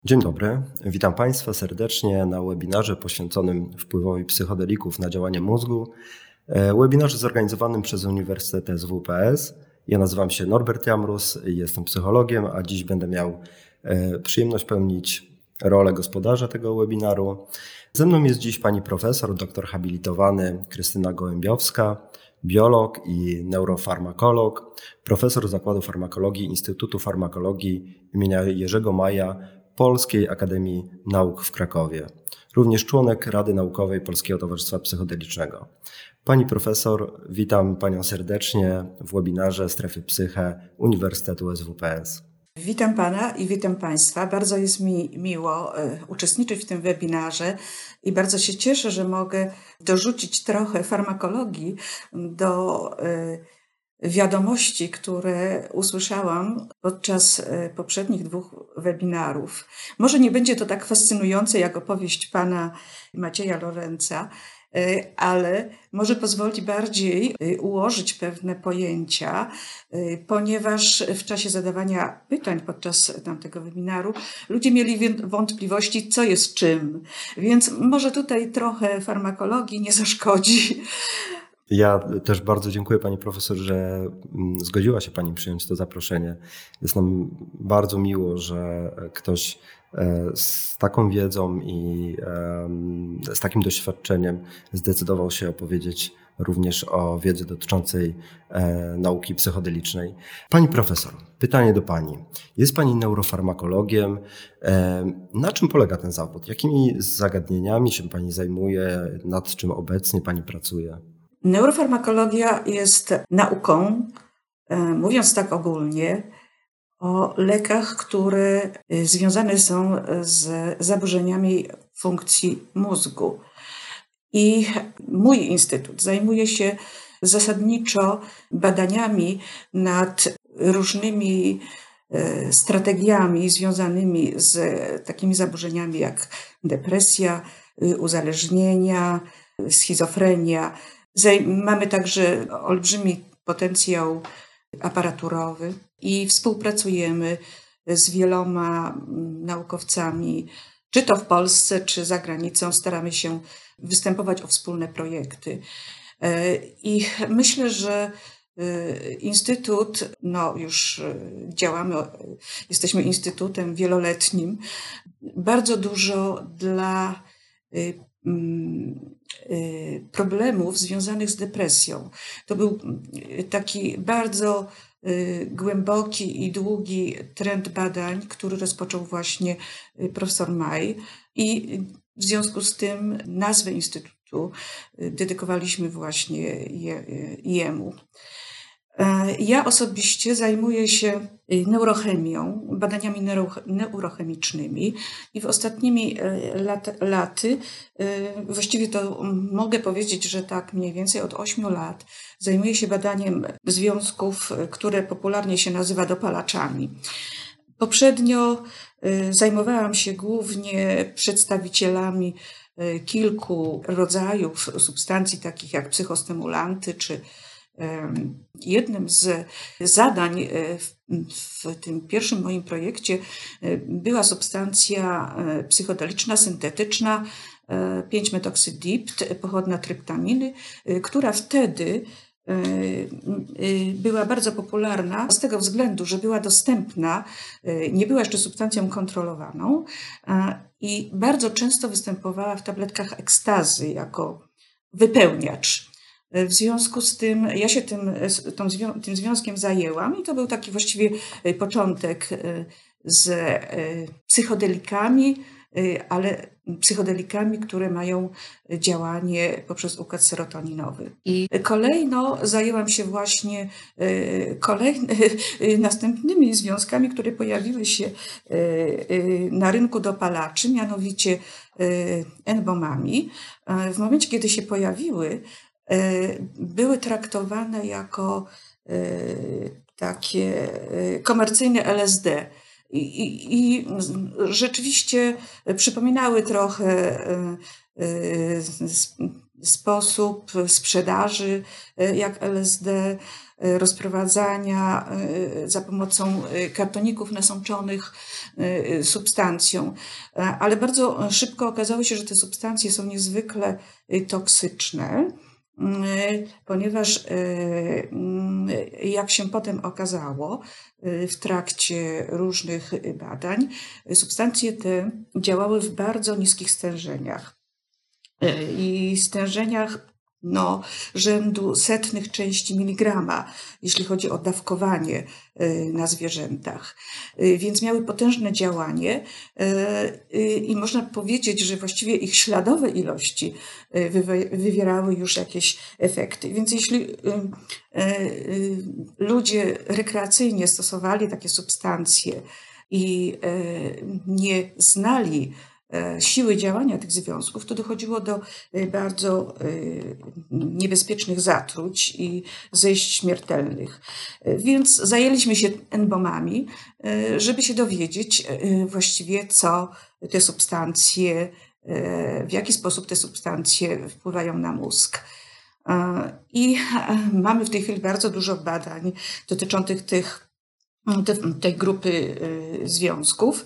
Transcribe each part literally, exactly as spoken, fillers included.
Dzień dobry, witam Państwa serdecznie na webinarze poświęconym wpływowi psychodelików na działanie mózgu. Webinarze zorganizowanym przez Uniwersytet S W P S. Ja nazywam się Norbert Jamrus, jestem psychologiem, a dziś będę miał przyjemność pełnić rolę gospodarza tego webinaru. Ze mną jest dziś pani profesor, doktor habilitowany Krystyna Gołębiowska, biolog i neurofarmakolog, profesor Zakładu Farmakologii Instytutu Farmakologii imienia Jerzego Maja Polskiej Akademii Nauk w Krakowie. Również członek Rady Naukowej Polskiego Towarzystwa Psychodelicznego. Pani profesor, witam panią serdecznie w webinarze Strefy Psyche Uniwersytetu S W P S. Witam pana i witam państwa. Bardzo jest mi miło uczestniczyć w tym webinarze i bardzo się cieszę, że mogę dorzucić trochę farmakologii do wiadomości, które usłyszałam podczas poprzednich dwóch webinarów. Może nie będzie to tak fascynujące jak opowieść pana Macieja Lorenza, ale może pozwoli bardziej ułożyć pewne pojęcia, ponieważ w czasie zadawania pytań podczas tamtego webinaru ludzie mieli wątpliwości, co jest czym. Więc może tutaj trochę farmakologii nie zaszkodzi. Ja też bardzo dziękuję pani profesor, że zgodziła się pani przyjąć to zaproszenie. Jest nam bardzo miło, że ktoś z taką wiedzą i z takim doświadczeniem zdecydował się opowiedzieć również o wiedzy dotyczącej nauki psychodelicznej. Pani profesor, pytanie do pani. Jest pani neurofarmakologiem. Na czym polega ten zawód? Jakimi zagadnieniami się pani zajmuje? Nad czym obecnie pani pracuje? Neurofarmakologia jest nauką, mówiąc tak ogólnie, o lekach, które związane są z zaburzeniami funkcji mózgu. I mój instytut zajmuje się zasadniczo badaniami nad różnymi strategiami związanymi z takimi zaburzeniami jak depresja, uzależnienia, schizofrenia. Mamy także olbrzymi potencjał aparaturowy i współpracujemy z wieloma naukowcami, czy to w Polsce, czy za granicą. Staramy się występować o wspólne projekty. I myślę, że Instytut, no już działamy, jesteśmy instytutem wieloletnim, bardzo dużo dla problemów związanych z depresją. To był taki bardzo głęboki i długi trend badań, który rozpoczął właśnie profesor Maj i w związku z tym nazwę instytutu dedykowaliśmy właśnie je, jemu. Ja osobiście zajmuję się neurochemią, badaniami neuro, neurochemicznymi i w ostatnimi lat, laty, właściwie to mogę powiedzieć, że tak mniej więcej od ośmiu lat zajmuję się badaniem związków, które popularnie się nazywa dopalaczami. Poprzednio zajmowałam się głównie przedstawicielami kilku rodzajów substancji, takich jak psychostymulanty czy jednym z zadań w, w tym pierwszym moim projekcie była substancja psychodeliczna, syntetyczna pięć metoksydipt, pochodna tryptaminy, która wtedy była bardzo popularna z tego względu, że była dostępna, nie była jeszcze substancją kontrolowaną i bardzo często występowała w tabletkach ekstazy jako wypełniacz. W związku z tym ja się tym, tą, tym związkiem zajęłam i to był taki właściwie początek z psychodelikami, ale psychodelikami, które mają działanie poprzez układ serotoninowy. I kolejno zajęłam się właśnie kolejny, następnymi związkami, które pojawiły się na rynku dopalaczy, mianowicie N-bomami. W momencie, kiedy się pojawiły, były traktowane jako takie komercyjne L S D i, i, i rzeczywiście przypominały trochę sposób sprzedaży jak L S D. rozprowadzania za pomocą kartoników nasączonych substancją. Ale bardzo szybko okazało się, że te substancje są niezwykle toksyczne, ponieważ jak się potem okazało w trakcie różnych badań, substancje te działały w bardzo niskich stężeniach i stężeniach no, rzędu setnych części miligrama, jeśli chodzi o dawkowanie na zwierzętach. Więc miały potężne działanie i można powiedzieć, że właściwie ich śladowe ilości wywierały już jakieś efekty. Więc jeśli ludzie rekreacyjnie stosowali takie substancje i nie znali siły działania tych związków, to dochodziło do bardzo niebezpiecznych zatruć i zejść śmiertelnych. Więc zajęliśmy się N-bomami, żeby się dowiedzieć właściwie, co te substancje, w jaki sposób te substancje wpływają na mózg. I mamy w tej chwili bardzo dużo badań dotyczących tych tej grupy związków.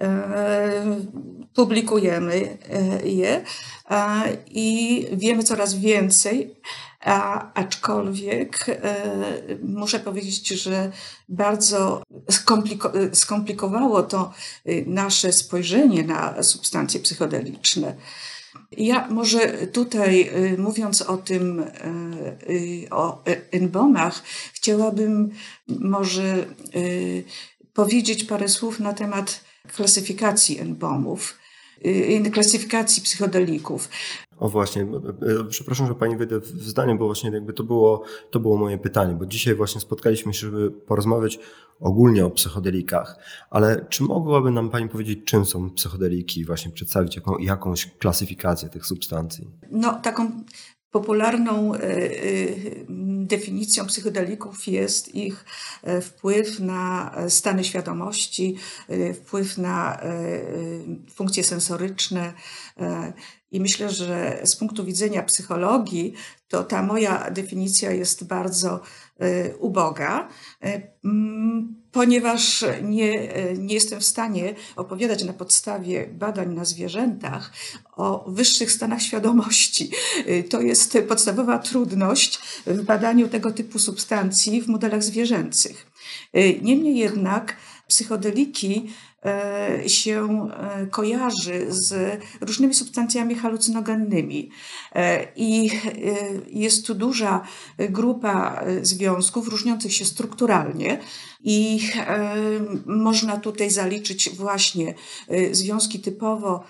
Publikujemy je i wiemy coraz więcej, aczkolwiek muszę powiedzieć, że bardzo skompliko- skomplikowało to nasze spojrzenie na substancje psychodeliczne. Ja może tutaj, mówiąc o tym, o N-bomach, chciałabym może powiedzieć parę słów na temat klasyfikacji N-bomów, klasyfikacji psychodelików. O właśnie, przepraszam, że pani wyjdę w zdanie, bo właśnie jakby to było, to było moje pytanie, bo dzisiaj właśnie spotkaliśmy się, żeby porozmawiać ogólnie o psychodelikach, ale czy mogłaby nam pani powiedzieć, czym są psychodeliki, właśnie przedstawić jaką, jakąś klasyfikację tych substancji? No, taką popularną definicją psychodelików jest ich wpływ na stany świadomości, wpływ na funkcje sensoryczne. I myślę, że z punktu widzenia psychologii, to ta moja definicja jest bardzo uboga, ponieważ nie, nie jestem w stanie opowiadać na podstawie badań na zwierzętach o wyższych stanach świadomości. To jest podstawowa trudność w badaniu tego typu substancji w modelach zwierzęcych. Niemniej jednak psychodeliki się kojarzy z różnymi substancjami halucynogennymi i jest tu duża grupa związków różniących się strukturalnie i można tutaj zaliczyć właśnie związki typowo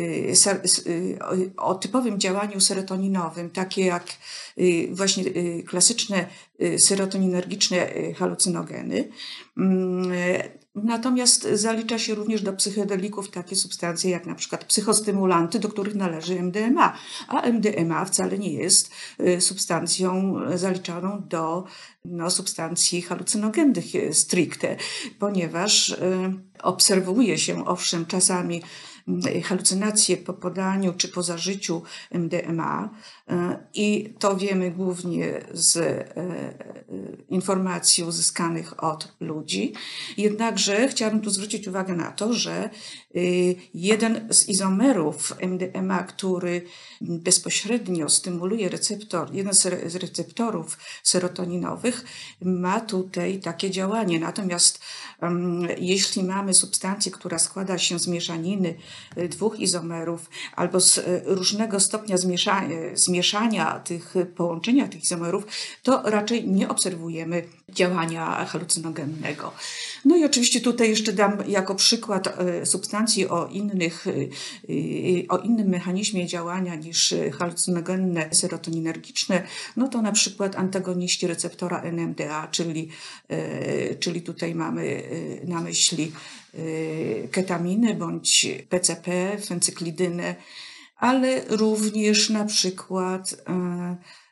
o typowym działaniu serotoninowym, takie jak właśnie klasyczne serotoninergiczne halucynogeny. Natomiast zalicza się również do psychodelików takie substancje jak na przykład psychostymulanty, do których należy M D M A. A M D M A wcale nie jest substancją zaliczaną do no, substancji halucynogennych stricte, ponieważ obserwuje się owszem czasami halucynacje po podaniu czy po zażyciu M D M A i to wiemy głównie z informacji uzyskanych od ludzi. Jednakże chciałabym tu zwrócić uwagę na to, że jeden z izomerów M D M A, który bezpośrednio stymuluje receptor, jeden z receptorów serotoninowych, ma tutaj takie działanie. Natomiast um, jeśli mamy substancję, która składa się z mieszaniny dwóch izomerów albo z różnego stopnia zmieszania, zmieszania tych, połączenia tych izomerów, to raczej nie obserwujemy działania halucynogennego. No i oczywiście tutaj jeszcze dam jako przykład substancji o, innych, o innym mechanizmie działania niż halucynogenne serotoninergiczne, no to na przykład antagoniści receptora N M D A, czyli, czyli tutaj mamy na myśli ketaminy bądź P C P, fencyklidynę, ale również na przykład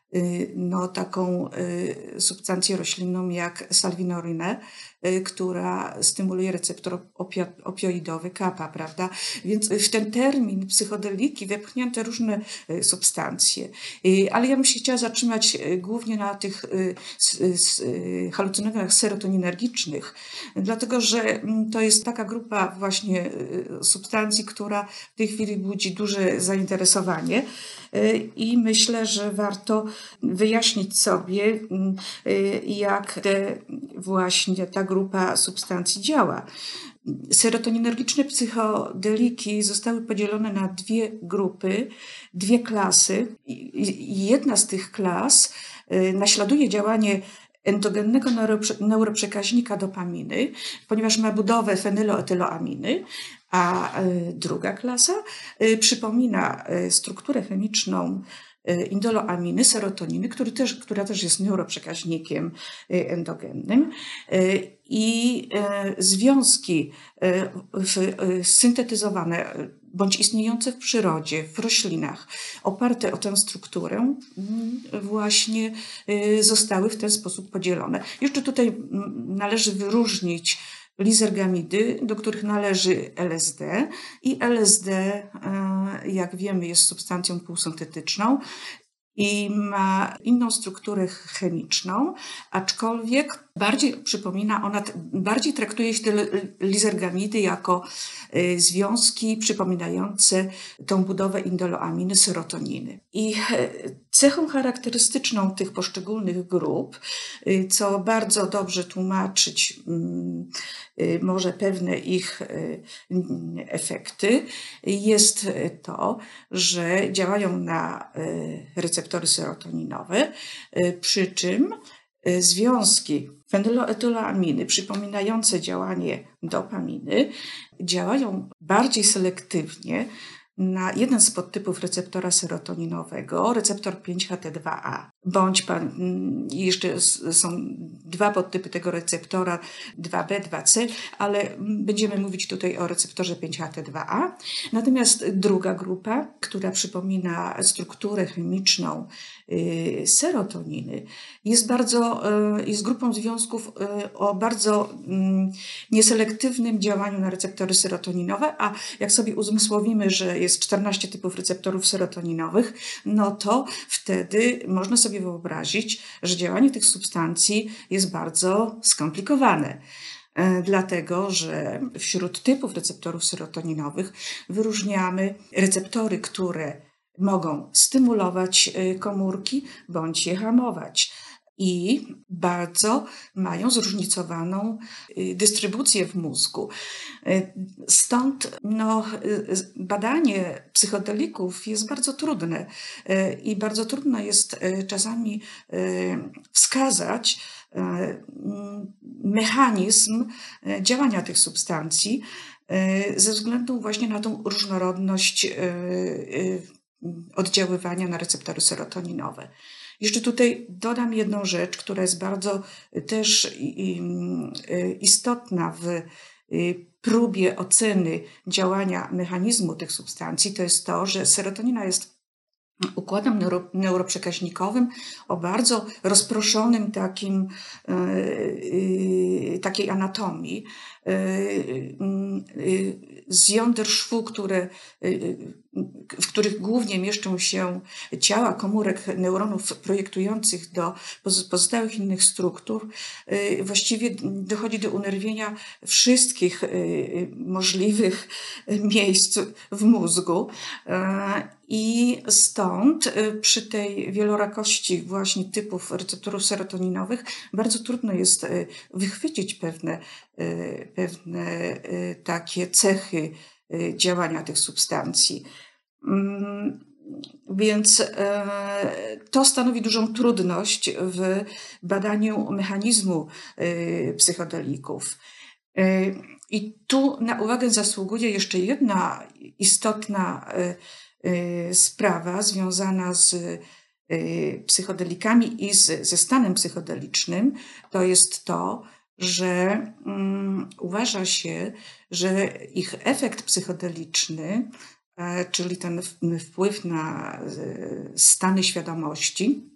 no, taką substancję roślinną jak salvinorinę, która stymuluje receptor opio, opioidowy kappa, prawda? Więc w ten termin psychodeliki wepchnięte różne substancje. Ale ja bym się chciała zatrzymać głównie na tych halucynogenach serotoninergicznych, dlatego że to jest taka grupa właśnie substancji, która w tej chwili budzi duże zainteresowanie. I myślę, że warto wyjaśnić sobie, jak te właśnie ta grupa substancji działa. Serotoninergiczne psychodeliki zostały podzielone na dwie grupy, dwie klasy. Jedna z tych klas naśladuje działanie endogennego neuroprzekaźnika dopaminy, ponieważ ma budowę fenyloetyloaminy, a druga klasa przypomina strukturę chemiczną indoloaminy, serotoniny, który też, która też jest neuroprzekaźnikiem endogennym. I związki syntetyzowane bądź istniejące w przyrodzie, w roślinach, oparte o tę strukturę, właśnie zostały w ten sposób podzielone. Jeszcze tutaj należy wyróżnić lizergamidy, do których należy L S D. I L S D, jak wiemy, jest substancją półsyntetyczną i ma inną strukturę chemiczną, aczkolwiek bardziej przypomina ona, bardziej traktuje się te lizergamidy jako związki przypominające tą budowę indoloaminy, serotoniny. I cechą charakterystyczną tych poszczególnych grup, co bardzo dobrze tłumaczyć może pewne ich efekty, jest to, że działają na receptory serotoninowe, przy czym związki fenyloetyloaminy przypominające działanie dopaminy działają bardziej selektywnie na jeden z podtypów receptora serotoninowego, receptor pięć H T dwa A. Bądź pan, jeszcze są dwa podtypy tego receptora, dwa B, dwa C, ale będziemy mówić tutaj o receptorze pięć H T dwa A. Natomiast druga grupa, która przypomina strukturę chemiczną serotoniny, jest bardzo, jest grupą związków o bardzo nieselektywnym działaniu na receptory serotoninowe, a jak sobie uzmysłowimy, że jest czternaście typów receptorów serotoninowych, no to wtedy można sobie wyobrazić, że działanie tych substancji jest bardzo skomplikowane. Dlatego, że wśród typów receptorów serotoninowych wyróżniamy receptory, które mogą stymulować komórki bądź je hamować. I bardzo mają zróżnicowaną dystrybucję w mózgu. Stąd no, badanie psychodelików jest bardzo trudne i bardzo trudno jest czasami wskazać mechanizm działania tych substancji ze względu właśnie na tą różnorodność oddziaływania na receptory serotoninowe. Jeszcze tutaj dodam jedną rzecz, która jest bardzo też istotna w próbie oceny działania mechanizmu tych substancji. To jest to, że serotonina jest układem neuro, neuroprzekaźnikowym o bardzo rozproszonym takim, takiej anatomii. Z jąder szwu, które, w których głównie mieszczą się ciała komórek neuronów projektujących do pozostałych innych struktur, właściwie dochodzi do unerwienia wszystkich możliwych miejsc w mózgu. I stąd przy tej wielorakości właśnie typów receptorów serotoninowych bardzo trudno jest wychwycić pewne, pewne takie cechy działania tych substancji. Więc to stanowi dużą trudność w badaniu mechanizmu psychodelików. I tu na uwagę zasługuje jeszcze jedna istotna sprawa związana z psychodelikami i z, ze stanem psychodelicznym. To jest to, że um, uważa się, że ich efekt psychodeliczny, e, czyli ten wpływ na e, stany świadomości,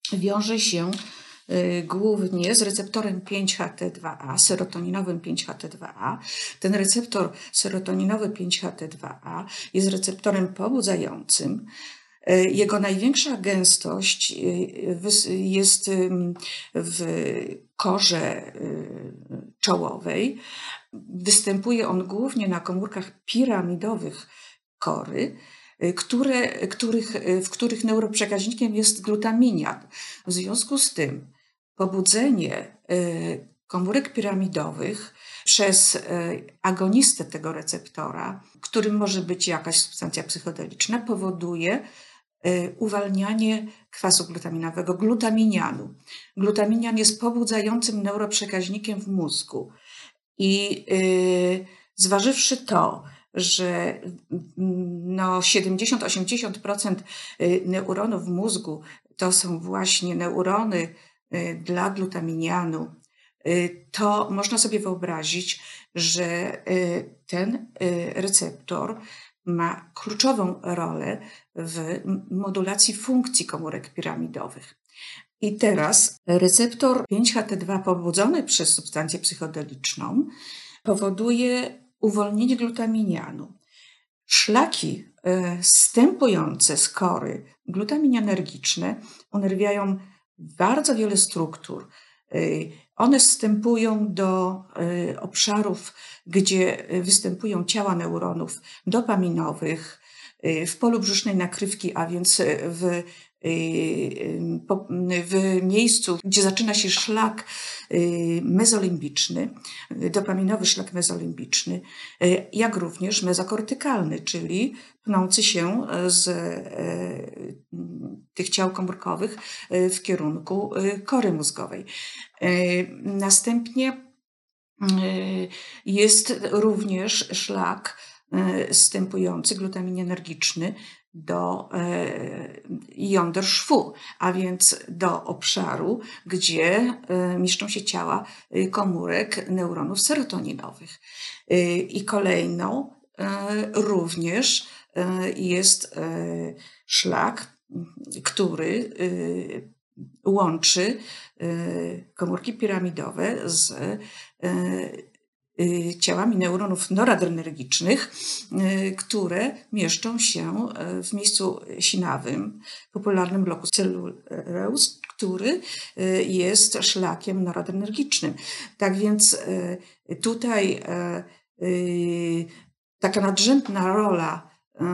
wiąże się głównie z receptorem pięć H T dwa A, serotoninowym pięć H T dwa A. Ten receptor serotoninowy pięć H T dwa A jest receptorem pobudzającym. Jego największa gęstość jest w korze czołowej. Występuje on głównie na komórkach piramidowych kory, które, których, w których neuroprzekaźnikiem jest glutaminian. W związku z tym pobudzenie komórek piramidowych przez agonistę tego receptora, którym może być jakaś substancja psychodeliczna, powoduje uwalnianie kwasu glutaminowego, glutaminianu. Glutaminian jest pobudzającym neuroprzekaźnikiem w mózgu. I yy, zważywszy to, że no siedemdziesiąt do osiemdziesięciu procent neuronów w mózgu to są właśnie neurony dla glutaminianu, to można sobie wyobrazić, że ten receptor ma kluczową rolę w modulacji funkcji komórek piramidowych. I teraz receptor pięć H T dwa A pobudzony przez substancję psychodeliczną powoduje uwolnienie glutaminianu. Szlaki zstępujące z kory glutaminianergiczne unerwiają bardzo wiele struktur. One wstępują do obszarów, gdzie występują ciała neuronów dopaminowych, w polu brzusznej nakrywki, a więc w, w miejscu, gdzie zaczyna się szlak mezolimbiczny, dopaminowy szlak mezolimbiczny, jak również mezokortykalny, czyli pnący się z tych ciał komórkowych w kierunku kory mózgowej. Następnie jest również szlak zstępujący glutaminianergiczny do jąder szwu, a więc do obszaru, gdzie mieszczą się ciała komórek neuronów serotoninowych. I kolejną również jest szlak, który łączy komórki piramidowe z ciałami neuronów noradrenergicznych, które mieszczą się w miejscu sinawym, popularnym locus coeruleus, który jest szlakiem noradrenergicznym. Tak więc tutaj taka nadrzędna rola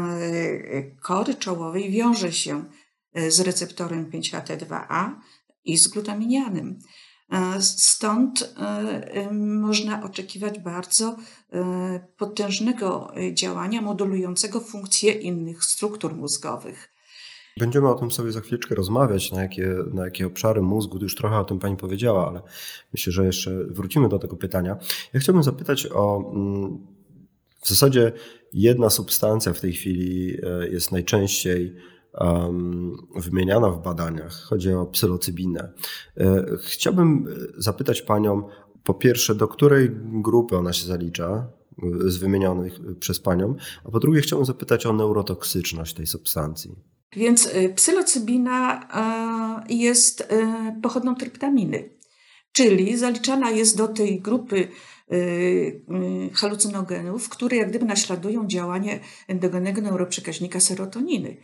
kory czołowej wiąże się z receptorem pięć H T dwa A i z glutaminianem. Stąd można oczekiwać bardzo potężnego działania modulującego funkcje innych struktur mózgowych. Będziemy o tym sobie za chwileczkę rozmawiać, na jakie, na jakie obszary mózgu, już trochę o tym Pani powiedziała, ale myślę, że jeszcze wrócimy do tego pytania. Ja chciałbym zapytać o, w zasadzie jedna substancja w tej chwili jest najczęściej Um, wymieniana w badaniach. Chodzi o psylocybinę. Chciałbym zapytać Panią, po pierwsze, do której grupy ona się zalicza z wymienionych przez Panią, a po drugie chciałbym zapytać o neurotoksyczność tej substancji. Więc psylocybina jest pochodną tryptaminy, czyli zaliczana jest do tej grupy halucynogenów, które jak gdyby naśladują działanie endogennego neuroprzekaźnika serotoniny.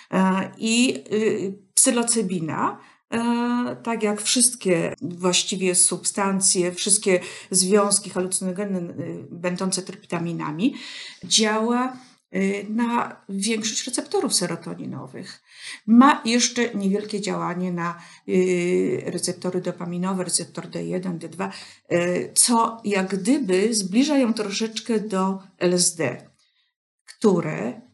I psylocybina, tak jak wszystkie właściwie substancje, wszystkie związki halucynogenne będące tryptaminami, działa na większość receptorów serotoninowych. Ma jeszcze niewielkie działanie na receptory dopaminowe, receptor D jeden, D dwa, co jak gdyby zbliża ją troszeczkę do L S D, które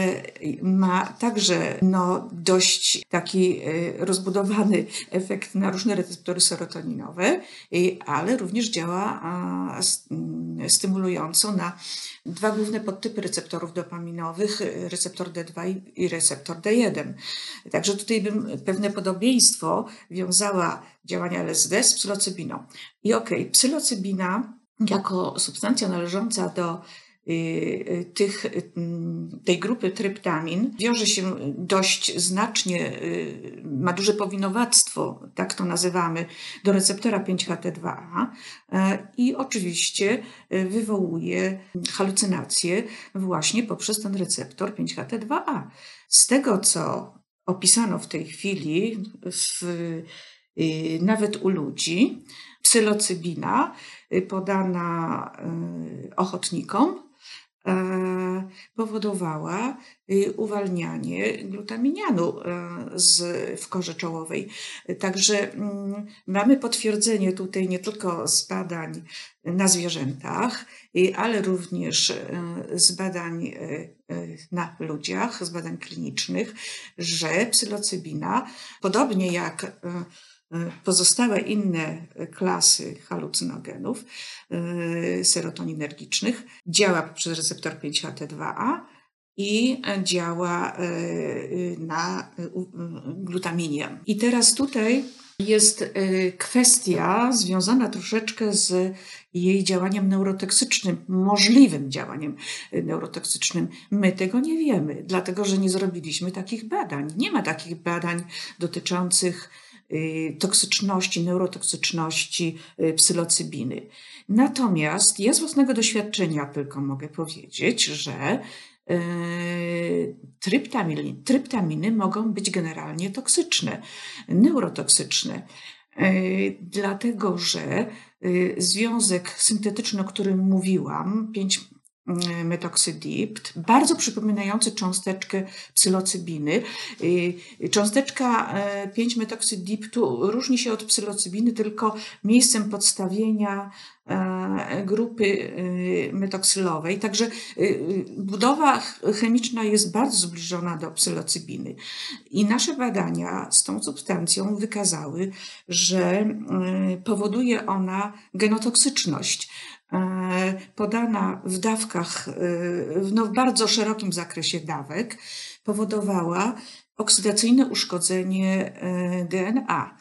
ma także no, dość taki rozbudowany efekt na różne receptory serotoninowe, ale również działa stymulująco na dwa główne podtypy receptorów dopaminowych, receptor D dwa i receptor D jeden. Także tutaj bym pewne podobieństwo wiązała działania L S D z psylocybiną. I okej, okay, psylocybina jako substancja należąca do tych, tej grupy tryptamin wiąże się dość znacznie, ma duże powinowactwo, tak to nazywamy, do receptora pięć H T dwa A i oczywiście wywołuje halucynacje właśnie poprzez ten receptor pięć H T dwa A. Z tego, co opisano w tej chwili w, nawet u ludzi, psylocybina podana ochotnikom powodowała uwalnianie glutaminianu z, w korze czołowej. Także mamy potwierdzenie tutaj nie tylko z badań na zwierzętach, ale również z badań na ludziach, z badań klinicznych, że psylocybina, podobnie jak pozostałe inne klasy halucynogenów serotoninergicznych, działa przez receptor pięć H T dwa A i działa na glutaminie. I teraz tutaj jest kwestia związana troszeczkę z jej działaniem neurotoksycznym, możliwym działaniem neurotoksycznym. My tego nie wiemy, dlatego że nie zrobiliśmy takich badań. Nie ma takich badań dotyczących toksyczności, neurotoksyczności psylocybiny. Natomiast ja z własnego doświadczenia tylko mogę powiedzieć, że tryptaminy, tryptaminy mogą być generalnie toksyczne, neurotoksyczne, dlatego że związek syntetyczny, o którym mówiłam, pięć metoksydipt, bardzo przypominający cząsteczkę psylocybiny. Cząsteczka pięć metoksydiptu różni się od psylocybiny tylko miejscem podstawienia grupy metoksylowej. Także budowa chemiczna jest bardzo zbliżona do psylocybiny. I nasze badania z tą substancją wykazały, że powoduje ona genotoksyczność. Podana w dawkach, no w bardzo szerokim zakresie dawek, powodowała oksydacyjne uszkodzenie D N A.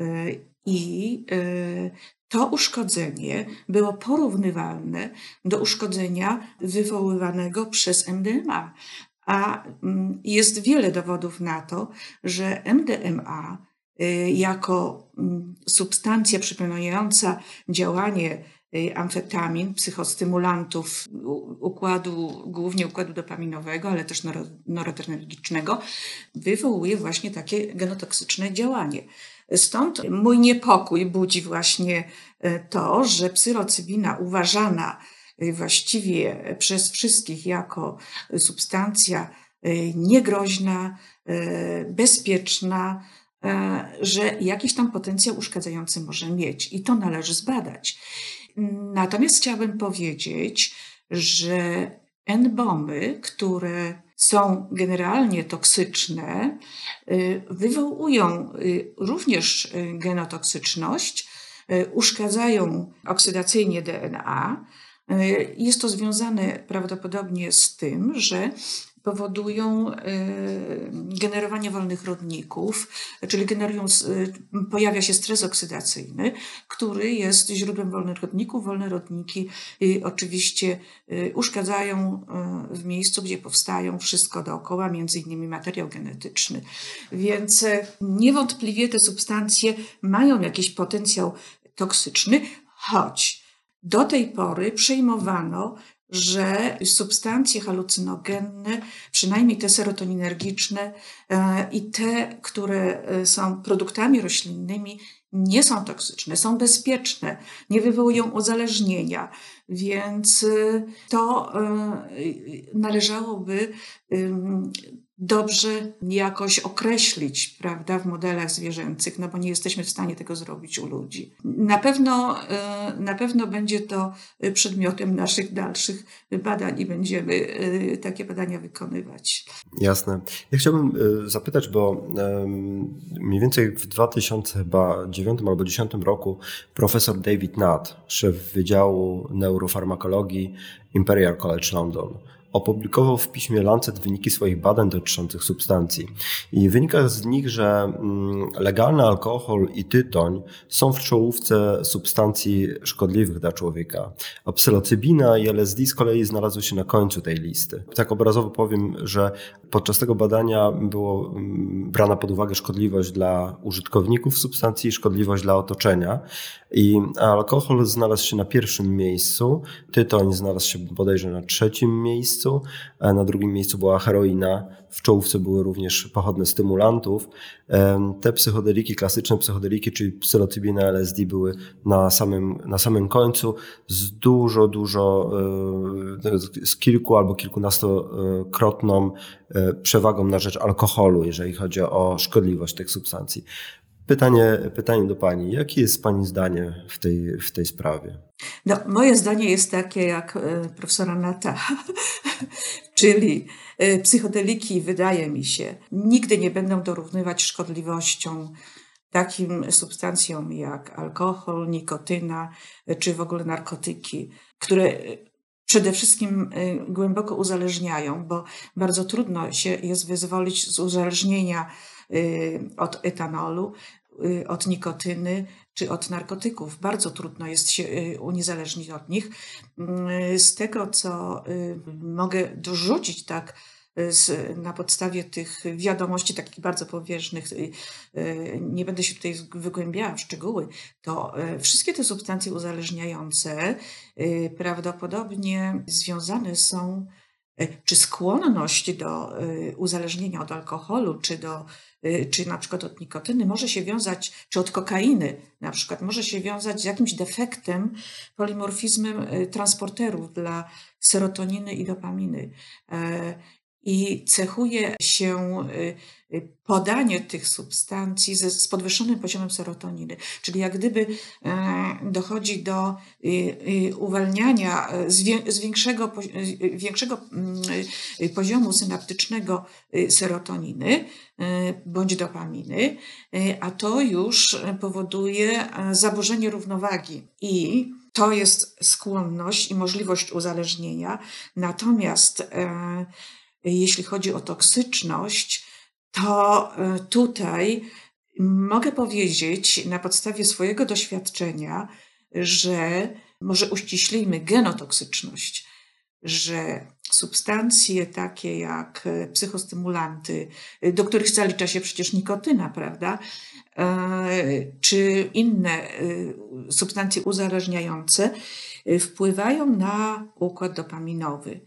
I to uszkodzenie było porównywalne do uszkodzenia wywoływanego przez M D M A. A jest wiele dowodów na to, że M D M A jako substancja przypominająca działanie amfetamin, psychostymulantów układu, głównie układu dopaminowego, ale też noradrenergicznego, wywołuje właśnie takie genotoksyczne działanie. Stąd mój niepokój budzi właśnie to, że psylocybina uważana właściwie przez wszystkich jako substancja niegroźna, bezpieczna, że jakiś tam potencjał uszkadzający może mieć i to należy zbadać. Natomiast chciałabym powiedzieć, że N-bomy, które są generalnie toksyczne, wywołują również genotoksyczność, uszkadzają oksydacyjnie D N A. Jest to związane prawdopodobnie z tym, że powodują generowanie wolnych rodników, czyli generują, pojawia się stres oksydacyjny, który jest źródłem wolnych rodników. Wolne rodniki oczywiście uszkadzają w miejscu, gdzie powstają wszystko dookoła, między innymi materiał genetyczny. Więc niewątpliwie te substancje mają jakiś potencjał toksyczny, choć do tej pory przyjmowano, że substancje halucynogenne, przynajmniej te serotoninergiczne i te, które są produktami roślinnymi, nie są toksyczne, są bezpieczne, nie wywołują uzależnienia, więc to należałoby dobrze jakoś określić, prawda, w modelach zwierzęcych, no bo nie jesteśmy w stanie tego zrobić u ludzi. Na pewno, na pewno będzie to przedmiotem naszych dalszych badań i będziemy takie badania wykonywać. Jasne. Ja chciałbym zapytać, bo mniej więcej w dwa tysiące dziewiątym albo dwa tysiące dziesiątym roku profesor David Nutt, szef Wydziału Neurofarmakologii Imperial College London, opublikował w piśmie Lancet wyniki swoich badań dotyczących substancji. I wynika z nich, że legalny alkohol i tytoń są w czołówce substancji szkodliwych dla człowieka. A psylocybina i L S D z kolei znalazły się na końcu tej listy. Tak obrazowo powiem, że podczas tego badania było brana pod uwagę szkodliwość dla użytkowników substancji i szkodliwość dla otoczenia. I alkohol znalazł się na pierwszym miejscu, tytoń znalazł się bodajże na trzecim miejscu, a na drugim miejscu była heroina, w czołówce były również pochodne stymulantów. Te psychodeliki, klasyczne psychodeliki, czyli psylocybina, L S D były na samym, na samym końcu z dużo, dużo, z kilku albo kilkunastokrotną przewagą na rzecz alkoholu, jeżeli chodzi o szkodliwość tych substancji. Pytanie, pytanie do Pani. Jakie jest Pani zdanie w tej, w tej sprawie? No, moje zdanie jest takie jak profesora Nata, czyli psychodeliki, wydaje mi się, nigdy nie będą dorównywać szkodliwością takim substancjom jak alkohol, nikotyna czy w ogóle narkotyki, które przede wszystkim głęboko uzależniają, bo bardzo trudno się jest wyzwolić z uzależnienia od etanolu, od nikotyny czy od narkotyków. Bardzo trudno jest się uniezależnić od nich. Z tego, co mogę dorzucić tak z, na podstawie tych wiadomości takich bardzo powierzchnych, nie będę się tutaj wygłębiała w szczegóły, to wszystkie te substancje uzależniające prawdopodobnie związane są, czy skłonność do uzależnienia od alkoholu, czy do czy na przykład od nikotyny może się wiązać, czy od kokainy na przykład, może się wiązać z jakimś defektem, polimorfizmem transporterów dla serotoniny i dopaminy. I cechuje się podanie tych substancji ze, z podwyższonym poziomem serotoniny. Czyli jak gdyby dochodzi do uwalniania z większego, większego poziomu synaptycznego serotoniny bądź dopaminy, a to już powoduje zaburzenie równowagi. I to jest skłonność i możliwość uzależnienia. Natomiast jeśli chodzi o toksyczność, to tutaj mogę powiedzieć na podstawie swojego doświadczenia, że może uściślimy genotoksyczność, że substancje takie jak psychostymulanty, do których zalicza się przecież nikotyna, prawda, czy inne substancje uzależniające wpływają na układ dopaminowy.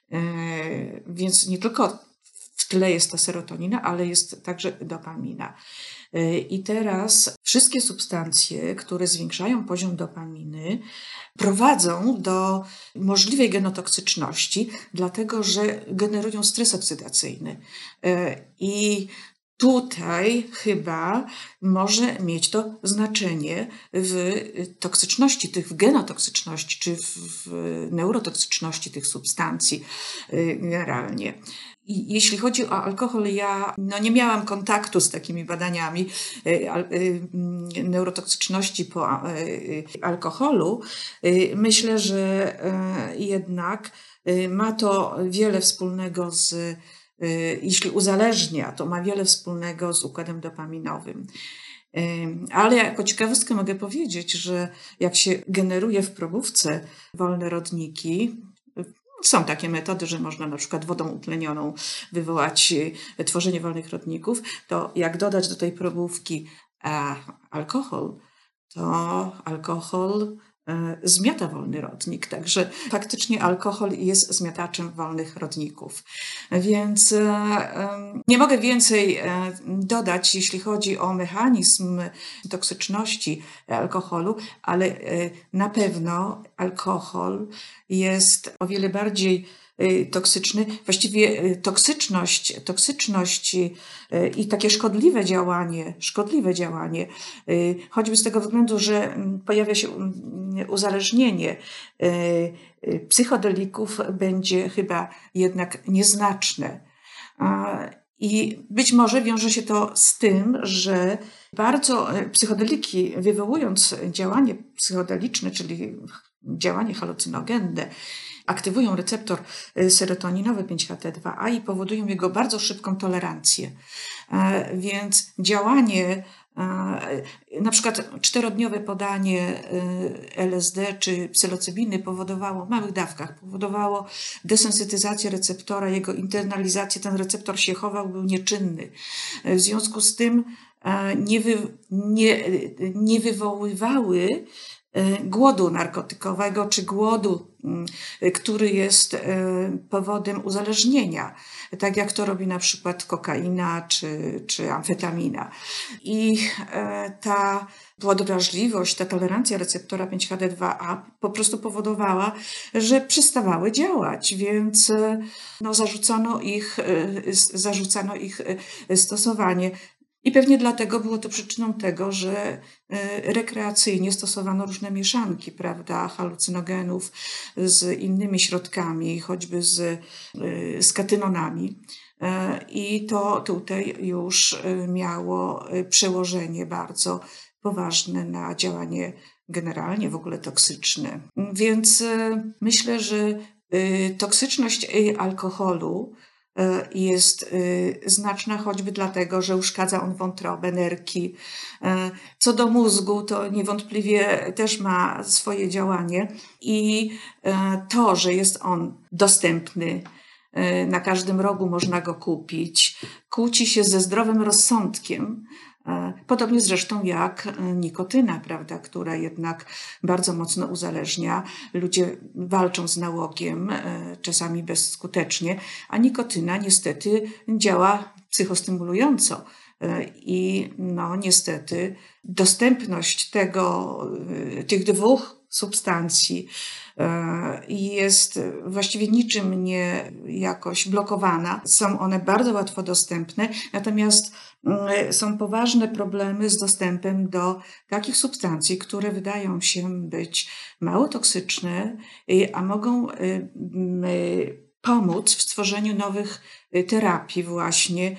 Więc nie tylko w tle jest ta serotonina, ale jest także dopamina. I teraz wszystkie substancje, które zwiększają poziom dopaminy, prowadzą do możliwej genotoksyczności, dlatego że generują stres oksydacyjny. I tutaj chyba może mieć to znaczenie w toksyczności, tych, w genotoksyczności czy w, w neurotoksyczności tych substancji generalnie. I jeśli chodzi o alkohol, ja no nie miałam kontaktu z takimi badaniami neurotoksyczności po alkoholu. Myślę, że jednak ma to wiele wspólnego z Jeśli uzależnia, to ma wiele wspólnego z układem dopaminowym. Ale jako ciekawostkę mogę powiedzieć, że jak się generuje w probówce wolne rodniki, są takie metody, że można na przykład wodą utlenioną wywołać tworzenie wolnych rodników, to jak dodać do tej probówki alkohol, to alkohol zmiata wolny rodnik. Także faktycznie alkohol jest zmiataczem wolnych rodników. Więc nie mogę więcej dodać, jeśli chodzi o mechanizm toksyczności alkoholu, ale na pewno alkohol jest o wiele bardziej toksyczny. Właściwie toksyczność, toksyczność i takie szkodliwe działanie, szkodliwe działanie, choćby z tego względu, że pojawia się uzależnienie psychodelików, będzie chyba jednak nieznaczne. I być może wiąże się to z tym, że bardzo psychodeliki, wywołując działanie psychodeliczne, czyli działanie halucynogenne, aktywują receptor serotoninowy pięć H T dwa A i powodują jego bardzo szybką tolerancję. Więc działanie, na przykład czterodniowe podanie L S D czy psylocybiny powodowało w małych dawkach, powodowało desensytyzację receptora, jego internalizację, ten receptor się chował, był nieczynny. W związku z tym nie, wy, nie, nie wywoływały głodu narkotykowego czy głodu, który jest powodem uzależnienia, tak jak to robi na przykład kokaina czy, czy amfetamina. I ta podwrażliwość, ta tolerancja receptora pięć H T dwa A po prostu powodowała, że przestawały działać, więc no, zarzucano ich, zarzucano ich stosowanie. I pewnie dlatego było to przyczyną tego, że rekreacyjnie stosowano różne mieszanki, prawda, halucynogenów z innymi środkami, choćby z, z katynonami. I to tutaj już miało przełożenie bardzo poważne na działanie generalnie w ogóle toksyczne. Więc myślę, że toksyczność alkoholu jest znaczna choćby dlatego, że uszkadza on wątrobę, nerki. Co do mózgu, to niewątpliwie też ma swoje działanie i to, że jest on dostępny, na każdym rogu można go kupić, kłóci się ze zdrowym rozsądkiem, podobnie zresztą jak nikotyna, prawda, która jednak bardzo mocno uzależnia. Ludzie walczą z nałogiem, czasami bezskutecznie, a nikotyna niestety działa psychostymulująco. I no niestety dostępność tego, tych dwóch substancji jest właściwie niczym nie jakoś blokowana. Są one bardzo łatwo dostępne, natomiast są poważne problemy z dostępem do takich substancji, które wydają się być mało toksyczne, a mogą pomóc w stworzeniu nowych terapii właśnie,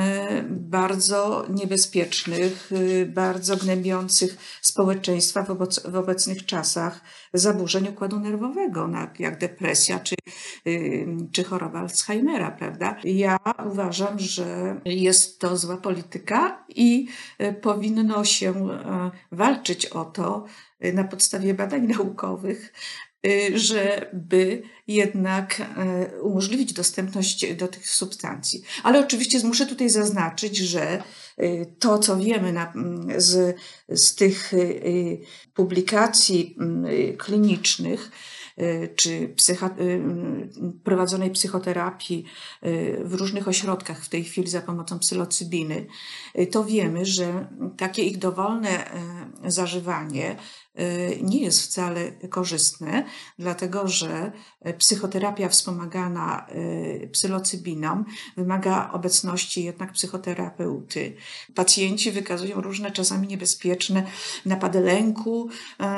bardzo niebezpiecznych, bardzo gnębiących społeczeństwa w, oboc, w obecnych czasach zaburzeń układu nerwowego, jak depresja czy, czy choroba Alzheimera, prawda? Ja uważam, że jest to zła polityka i powinno się walczyć o to na podstawie badań naukowych, żeby jednak umożliwić dostępność do tych substancji. Ale oczywiście muszę tutaj zaznaczyć, że to, co wiemy na, z, z tych publikacji klinicznych, czy psycha, prowadzonej psychoterapii w różnych ośrodkach w tej chwili za pomocą psylocybiny, to wiemy, że takie ich dowolne zażywanie nie jest wcale korzystne, dlatego że psychoterapia wspomagana psylocybiną wymaga obecności jednak psychoterapeuty. Pacjenci wykazują różne czasami niebezpieczne napady lęku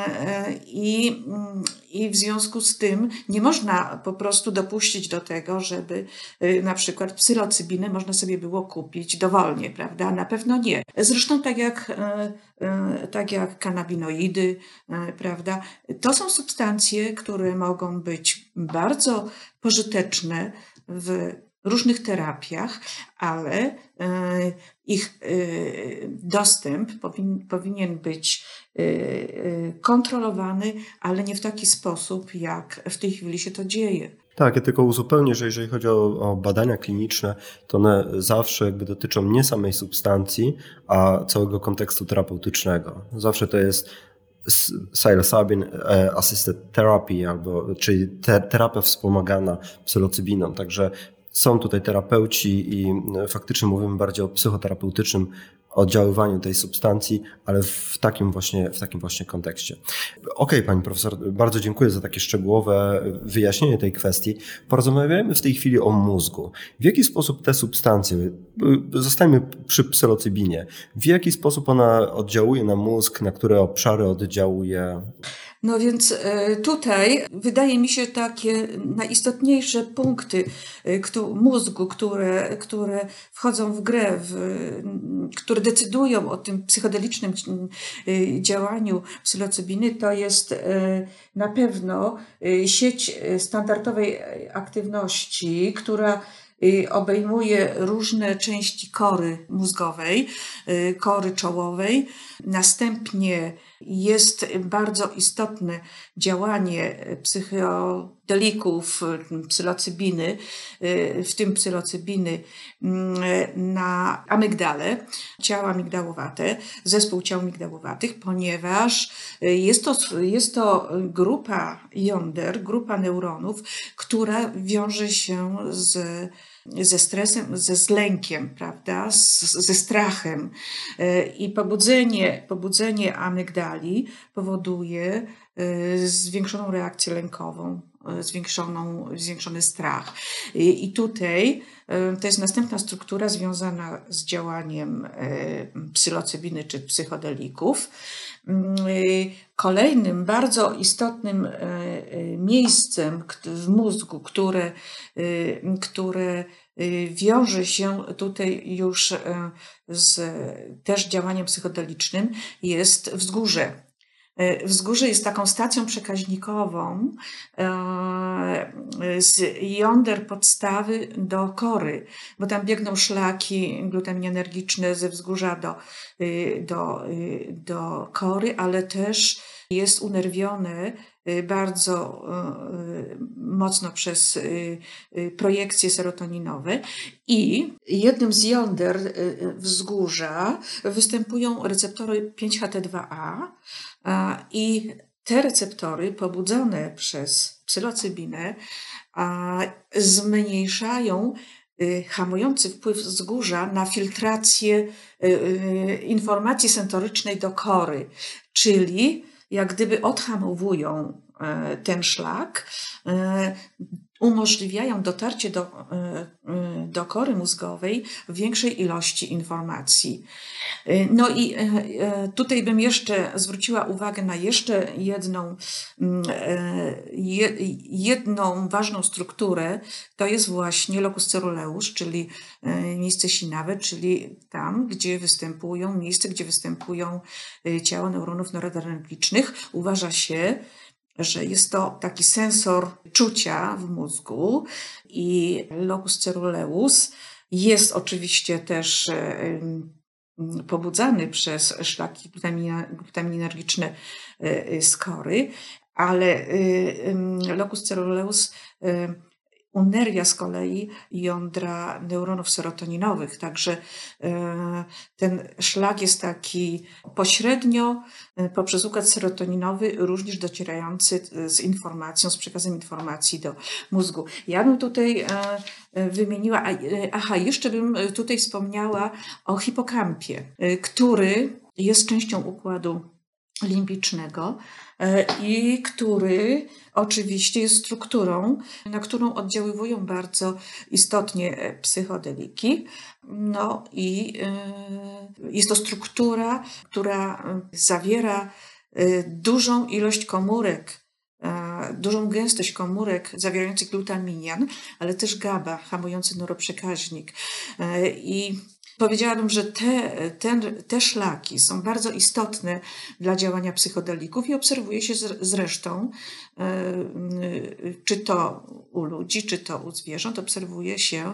i, i w związku z tym nie można po prostu dopuścić do tego, żeby na przykład psylocybinę można sobie było kupić dowolnie, prawda? Na pewno nie. Zresztą tak jak, tak jak kanabinoidy, prawda? To są substancje, które mogą być bardzo pożyteczne w różnych terapiach, ale ich dostęp powin, powinien być kontrolowany, ale nie w taki sposób, jak w tej chwili się to dzieje. Tak, ja tylko uzupełnię, że jeżeli chodzi o, o badania kliniczne, to one zawsze jakby dotyczą nie samej substancji, a całego kontekstu terapeutycznego. Zawsze to jest psilocybin assisted therapy, albo, czyli te, terapia wspomagana psylocybiną. Także są tutaj terapeuci i faktycznie mówimy bardziej o psychoterapeutycznym oddziaływaniu tej substancji, ale w takim właśnie, w takim właśnie kontekście. Okej, okay, pani profesor, bardzo dziękuję za takie szczegółowe wyjaśnienie tej kwestii. Porozmawiajmy w tej chwili o mózgu. W jaki sposób te substancje, zostańmy przy psylocybinie, w jaki sposób ona oddziałuje na mózg, na które obszary oddziałuje? No więc tutaj wydaje mi się takie najistotniejsze punkty mózgu, które, które wchodzą w grę, w, które które decydują o tym psychodelicznym działaniu psylocybiny, to jest na pewno sieć standardowej aktywności, która obejmuje różne części kory mózgowej, kory czołowej. Następnie jest bardzo istotne działanie psychodelików, psylocybiny, w tym psylocybiny na amygdale, ciała migdałowate, zespół ciał migdałowatych, ponieważ jest to, jest to grupa jąder, grupa neuronów, która wiąże się z ze stresem, ze z lękiem, prawda, z, ze strachem. I pobudzenie, pobudzenie amygdali powoduje zwiększoną reakcję lękową, zwiększoną, zwiększony strach. I, i tutaj to jest następna struktura związana z działaniem psylocybiny czy psychodelików. Kolejnym bardzo istotnym miejscem w mózgu, które, które wiąże się tutaj już z też działaniem psychodelicznym, jest wzgórze. Wzgórze jest taką stacją przekaźnikową z jąder podstawy do kory, bo tam biegną szlaki glutaminergiczne ze wzgórza do, do, do kory, ale też jest unerwione bardzo mocno przez projekcje serotoninowe i jednym z jąder wzgórza występują receptory pięć H T dwa A i te receptory pobudzone przez psylocybinę zmniejszają hamujący wpływ wzgórza na filtrację informacji sensorycznej do kory, czyli jak gdyby odhamowują ten szlak, umożliwiają dotarcie do, do kory mózgowej większej ilości informacji. No i tutaj bym jeszcze zwróciła uwagę na jeszcze jedną, jedną ważną strukturę, to jest właśnie locus coeruleus, czyli miejsce sinawe, czyli tam, gdzie występują, miejsce, gdzie występują ciała neuronów noradrenergicznych. Uważa się, że jest to taki sensor czucia w mózgu i locus coeruleus jest oczywiście też pobudzany przez szlaki glutaminergiczne z kory, ale locus coeruleus unerwia z kolei jądra neuronów serotoninowych, także ten szlak jest taki pośrednio poprzez układ serotoninowy również docierający z informacją, z przekazem informacji do mózgu. Ja bym tutaj wymieniła, aha, jeszcze bym tutaj wspomniała o hipokampie, który jest częścią układu limbicznego i który oczywiście jest strukturą, na którą oddziaływują bardzo istotnie psychodeliki. No i jest to struktura, która zawiera dużą ilość komórek, dużą gęstość komórek zawierających glutaminian, ale też GABA, hamujący neuroprzekaźnik. I powiedziałabym, że te, te, te szlaki są bardzo istotne dla działania psychodelików i obserwuje się zresztą, czy to u ludzi, czy to u zwierząt, obserwuje się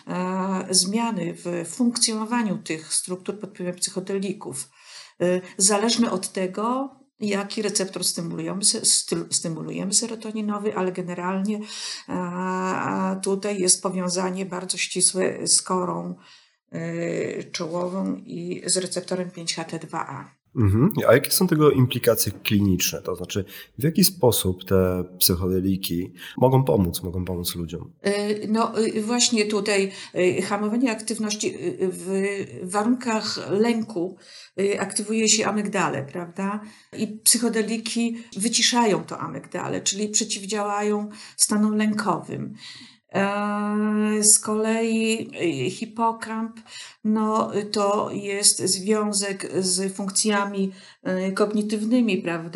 zmiany w funkcjonowaniu tych struktur pod wpływem psychodelików, zależne od tego, jaki receptor stymulujemy, stymulujemy serotoninowy, ale generalnie tutaj jest powiązanie bardzo ścisłe z korą czołową i z receptorem pięć H T dwa A. Mhm. A jakie są tego implikacje kliniczne? To znaczy, w jaki sposób te psychodeliki mogą pomóc, mogą pomóc ludziom? No właśnie tutaj hamowanie aktywności w warunkach lęku aktywuje się amygdale, prawda? I psychodeliki wyciszają to amygdale, czyli przeciwdziałają stanom lękowym. Z kolei hipokamp, no, to jest związek z funkcjami kognitywnymi, prawda,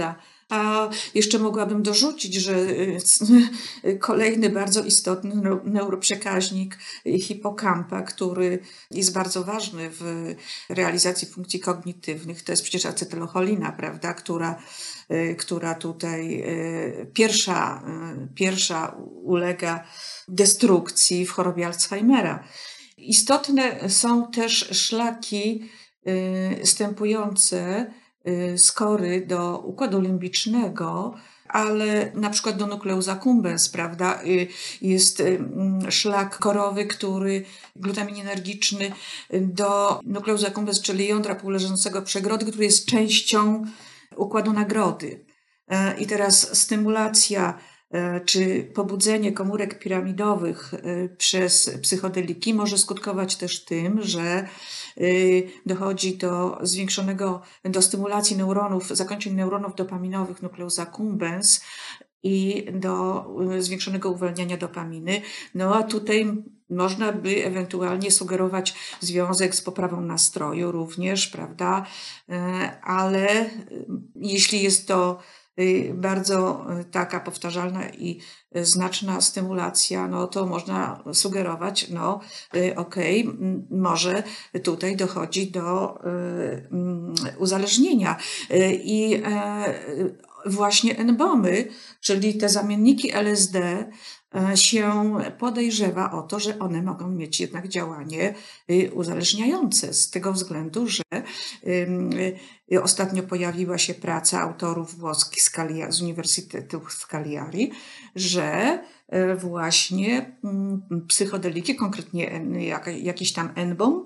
A jeszcze mogłabym dorzucić, że kolejny bardzo istotny neuroprzekaźnik hipokampa, który jest bardzo ważny w realizacji funkcji kognitywnych, to jest przecież acetylcholina, prawda, która, która tutaj pierwsza, pierwsza ulega destrukcji w chorobie Alzheimera. Istotne są też szlaki stępujące z kory do układu limbicznego, ale na przykład do nucleus accumbens, prawda? Jest szlak korowy, który glutaminergiczny do nucleus accumbens, czyli jądra półleżącego przegrody, który jest częścią układu nagrody. I teraz stymulacja czy pobudzenie komórek piramidowych przez psychodeliki może skutkować też tym, że dochodzi do zwiększonego, do stymulacji neuronów, zakończeń neuronów dopaminowych nucleus accumbens i do zwiększonego uwalniania dopaminy. No a tutaj można by ewentualnie sugerować związek z poprawą nastroju również, prawda? Ale jeśli jest to bardzo taka powtarzalna i znaczna stymulacja, no to można sugerować, no okej, okay, może tutaj dochodzi do uzależnienia. I właśnie N-bomy, czyli te zamienniki L S D, się podejrzewa o to, że one mogą mieć jednak działanie uzależniające z tego względu, że ostatnio pojawiła się praca autorów włoskich z Uniwersytetu w Cagliari, że właśnie psychodeliki, konkretnie jakiś tam N-bom,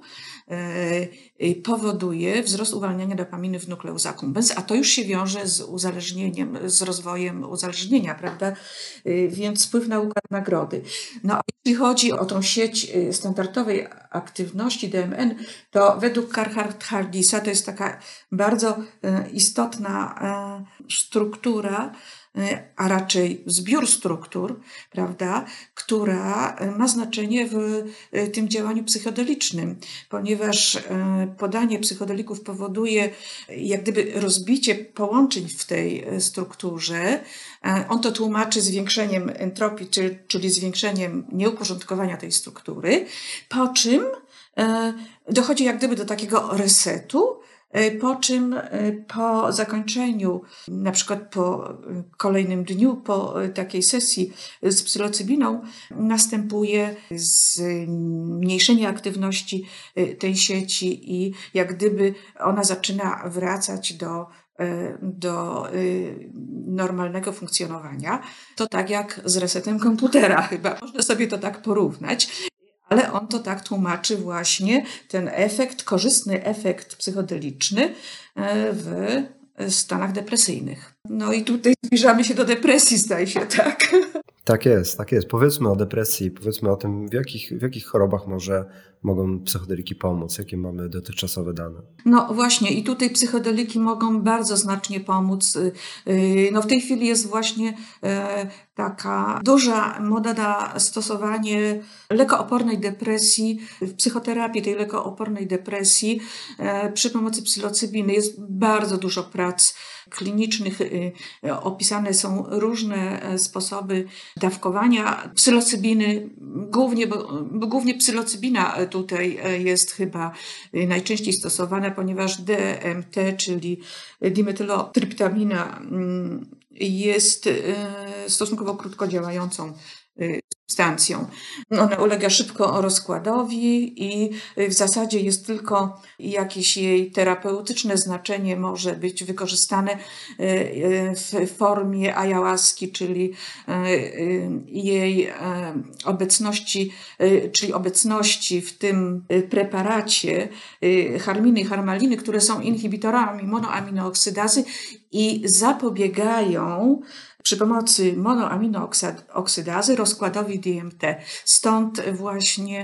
powoduje wzrost uwalniania dopaminy w nucleus accumbens, a to już się wiąże z uzależnieniem, z rozwojem uzależnienia, prawda? Więc wpływ na układ nagrody. No a jeśli chodzi o tą sieć standardowej aktywności D M N, to według Carhart-Hardisa to jest taka bardzo istotna struktura, a raczej zbiór struktur, prawda, która ma znaczenie w tym działaniu psychodelicznym, ponieważ podanie psychodelików powoduje jak gdyby rozbicie połączeń w tej strukturze. On to tłumaczy zwiększeniem entropii, czyli zwiększeniem nieuporządkowania tej struktury, po czym dochodzi jak gdyby do takiego resetu, po czym po zakończeniu, na przykład po kolejnym dniu, po takiej sesji z psylocybiną następuje zmniejszenie aktywności tej sieci i jak gdyby ona zaczyna wracać do do normalnego funkcjonowania. To tak jak z resetem komputera chyba. Można sobie to tak porównać. Ale on to tak tłumaczy właśnie ten efekt, korzystny efekt psychodeliczny w stanach depresyjnych. No i tutaj zbliżamy się do depresji, zdaje się, tak? Tak jest, tak jest. Powiedzmy o depresji, powiedzmy o tym, w jakich, w jakich chorobach może mogą psychodeliki pomóc, jakie mamy dotychczasowe dane. No właśnie i tutaj psychodeliki mogą bardzo znacznie pomóc. No w tej chwili jest właśnie taka duża moda na stosowanie lekoopornej depresji, w psychoterapii tej lekoopornej depresji przy pomocy psylocybiny. Jest bardzo dużo prac klinicznych, opisane są różne sposoby dawkowania psylocybiny, głównie, bo, bo głównie psylocybina tutaj jest chyba najczęściej stosowana, ponieważ D M T, czyli dimetylotryptamina, jest stosunkowo krótko działającą substancją. Ona ulega szybko rozkładowi i w zasadzie jest tylko jakieś jej terapeutyczne znaczenie może być wykorzystane w formie ayahuaski, czyli jej obecności, czyli obecności w tym preparacie harminy i harmaliny, które są inhibitorami monoaminooksydazy i zapobiegają przy pomocy monoaminooksydazy rozkładowi D M T. Stąd właśnie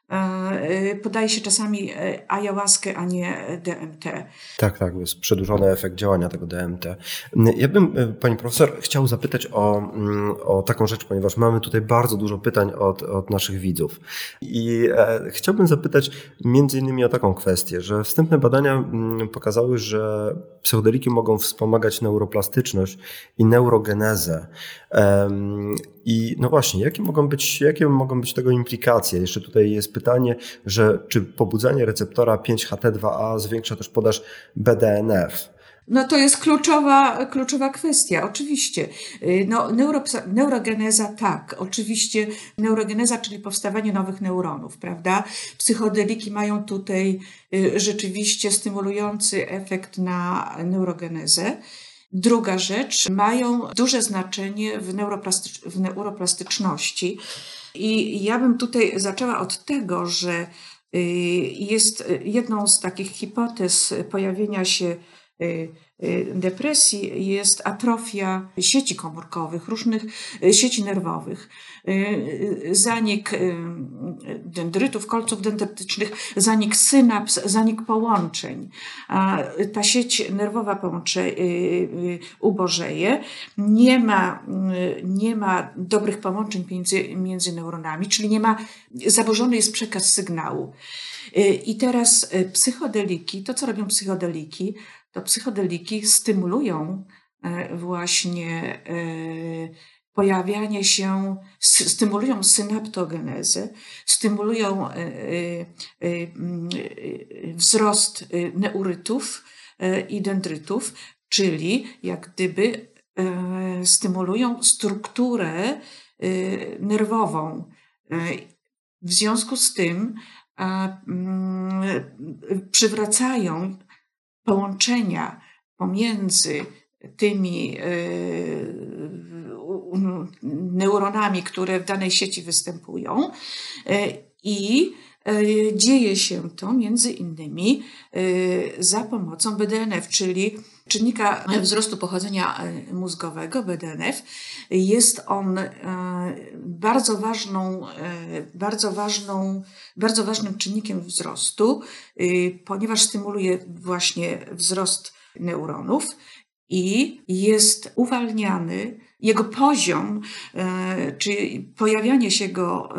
Podaje się czasami ayahuaskę, a nie D M T. Tak, tak, jest przedłużony efekt działania tego D M T. Ja bym, pani profesor, chciał zapytać o, o taką rzecz, ponieważ mamy tutaj bardzo dużo pytań od, od naszych widzów. I e, chciałbym zapytać między innymi o taką kwestię, że wstępne badania pokazały, że psychodeliki mogą wspomagać neuroplastyczność i neurogenezę. Um, I no właśnie, jakie mogą być, jakie mogą być tego implikacje? Jeszcze tutaj jest pytanie, że czy pobudzanie receptora pięć H T dwa A zwiększa też podaż B D N F? No to jest kluczowa, kluczowa kwestia, oczywiście. No, neuro, neurogeneza tak, oczywiście neurogeneza, czyli powstawanie nowych neuronów, prawda? Psychodeliki mają tutaj rzeczywiście stymulujący efekt na neurogenezę. Druga rzecz, mają duże znaczenie w, neuroplastycz, w neuroplastyczności. I ja bym tutaj zaczęła od tego, że jest jedną z takich hipotez pojawienia się depresji jest atrofia sieci komórkowych, różnych sieci nerwowych, zanik dendrytów, kolców dendrytycznych, zanik synaps, zanik połączeń. Ta sieć nerwowa połącze, ubożeje, nie ma, nie ma dobrych połączeń między, między neuronami, czyli nie ma, zaburzony jest przekaz sygnału. I teraz psychodeliki, to co robią psychodeliki, to psychodeliki stymulują właśnie pojawianie się, stymulują synaptogenezę, stymulują wzrost neurytów i dendrytów, czyli jak gdyby stymulują strukturę nerwową. W związku z tym przywracają połączenia pomiędzy tymi neuronami, które w danej sieci występują, i dzieje się to między innymi za pomocą B D N F, czyli czynnika wzrostu pochodzenia mózgowego, B D N F. Jest on bardzo ważną, bardzo ważną, bardzo ważnym czynnikiem wzrostu, ponieważ stymuluje właśnie wzrost neuronów i jest uwalniany, jego poziom, czy pojawianie się go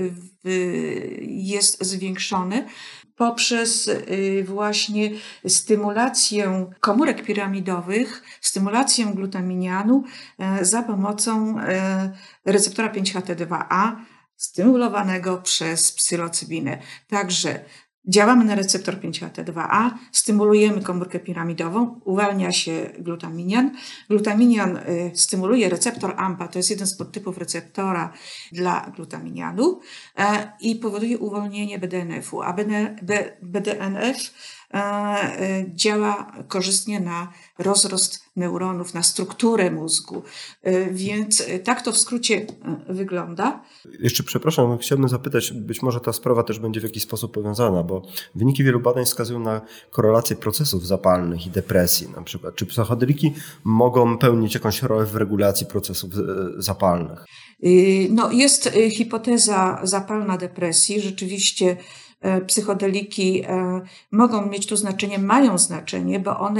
jest zwiększony poprzez właśnie stymulację komórek piramidowych, stymulację glutaminianu za pomocą receptora pięć H T dwa A stymulowanego przez psylocybinę. Także działamy na receptor pięć H T dwa A, stymulujemy komórkę piramidową, uwalnia się glutaminian. Glutaminian stymuluje receptor A M P A, to jest jeden z podtypów receptora dla glutaminianu i powoduje uwolnienie B D N F-u, a B D N F działa korzystnie na rozrost neuronów, na strukturę mózgu. Więc tak to w skrócie wygląda. Jeszcze przepraszam, chciałbym zapytać, być może ta sprawa też będzie w jakiś sposób powiązana, bo wyniki wielu badań wskazują na korelację procesów zapalnych i depresji na przykład. Czy psychodeliki mogą pełnić jakąś rolę w regulacji procesów zapalnych? No, jest hipoteza zapalna depresji. Rzeczywiście psychodeliki mogą mieć tu znaczenie, mają znaczenie, bo one,